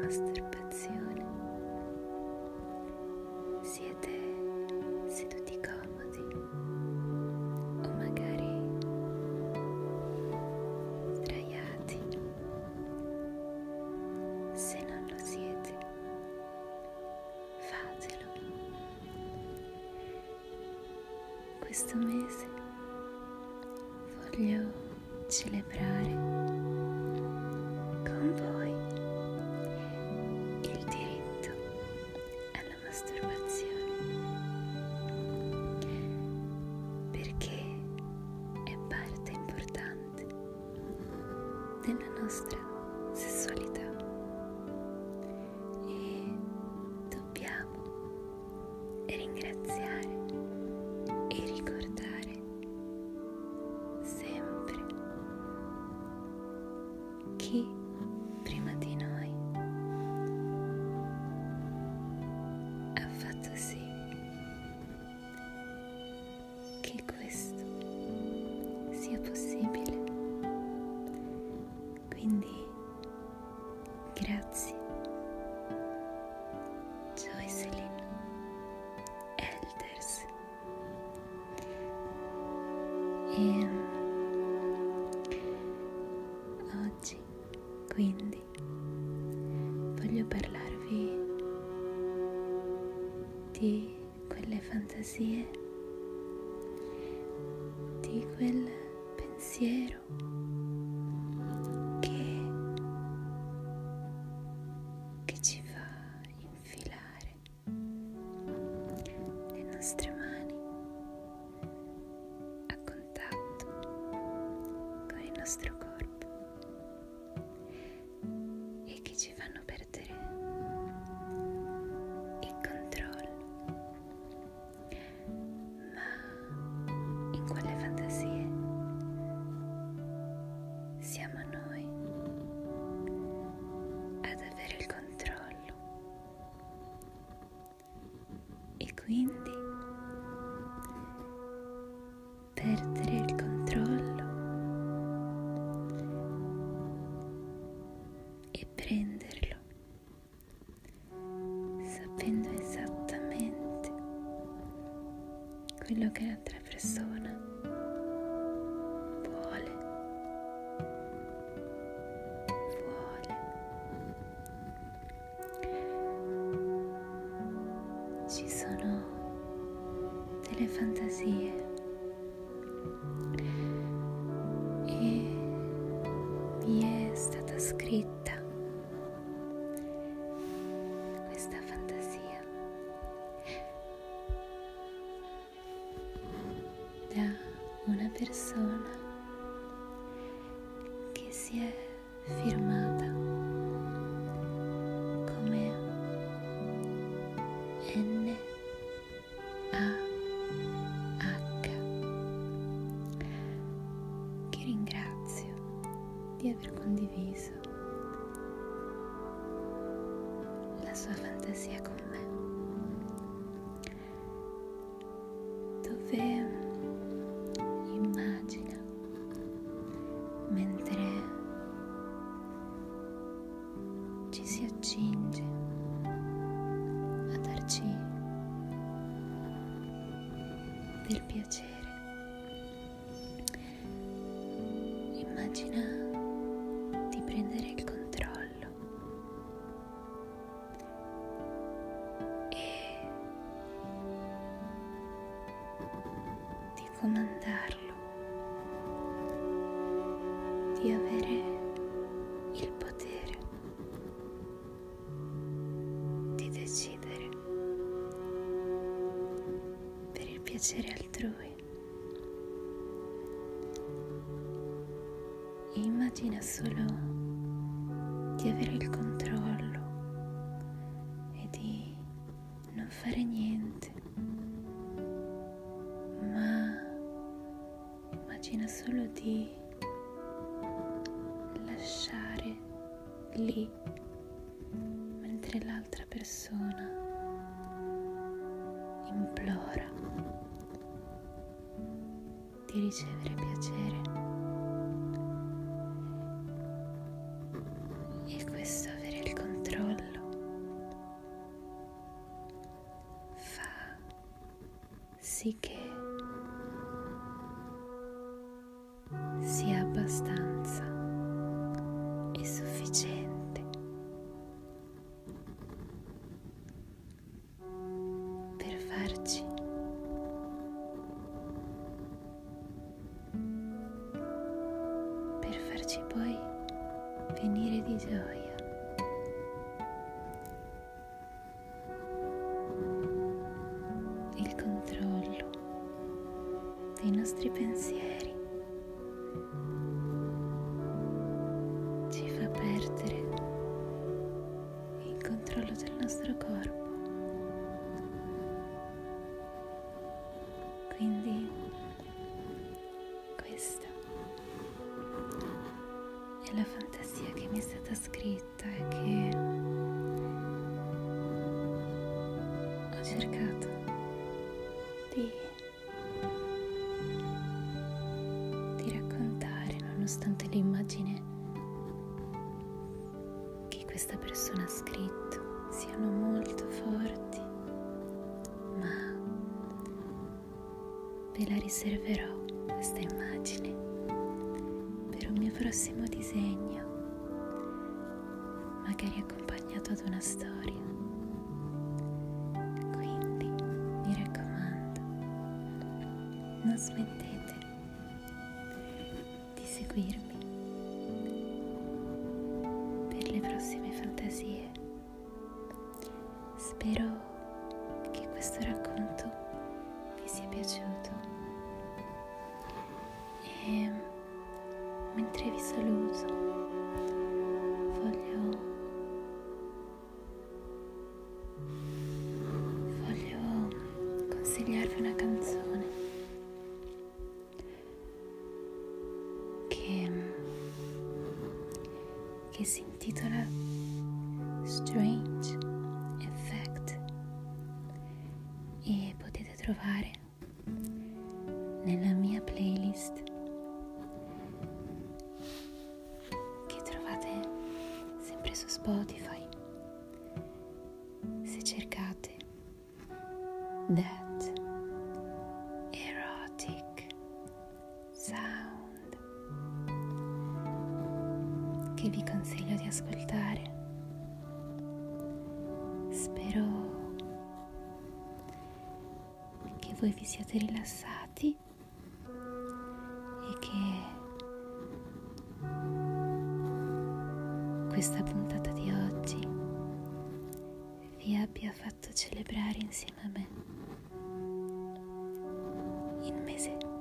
masturbazione. Siete seduti comodi o magari sdraiati. Se non lo siete, fatelo. Questo mese voglio celebrare con voi il diritto alla masturbazione, perché è parte importante della nostra sessualità e dobbiamo ringraziare e ricordare sempre chi prima di noi ha fatto sì che questo sia possibile. Quindi grazie Joycelyn Elders. E oggi quindi voglio parlarvi di quelle fantasie, di quel pensiero che ci fa infilare le nostre mani a contatto con il nostro corpo e che ci fanno perdere il controllo. Ma in quelle fantasie siamo noi ad avere il controllo e quindi perdere il controllo e prenderlo sapendo esattamente quello che l'altra persona vuole. Ci sono delle fantasie e mi è stata scritta questa fantasia da una persona che si è firmata come NAH, che ringrazio di aver condiviso la sua fantasia con me, dove immagina mentre ci si accinge a darci del piacere. Immagina di prendere il controllo e di comandarlo, di avere il potere di decidere per il piacere altrui. E immagina solo di avere il controllo e di non fare niente, ma immagina solo di lasciare lì mentre l'altra persona implora di ricevere piacere. E questo avere il controllo sì che sia abbastanza e sufficiente per farci poi venire di gioia. Il controllo dei nostri pensieri ci fa perdere il controllo del nostro corpo. Quindi questa è la fantasia che mi è stata scritta e che ho cercato di raccontare, nonostante l'immagine che questa persona ha scritto siano molto forti, ma ve la riserverò questa immagine per un mio prossimo disegno, magari accompagnato ad una storia. Quindi mi raccomando, non smettete di seguirmi per le prossime fantasie. Spero che questo racconto vi sia piaciuto e mentre vi saluto voglio consigliarvi una canzone che si intitola Strange Effect e potete trovare nella mia playlist che trovate sempre su Spotify se cercate That Erotic Sound, che vi consiglio di ascoltare. Spero che voi vi siate rilassati e che questa puntata di oggi vi abbia fatto celebrare insieme a me il mese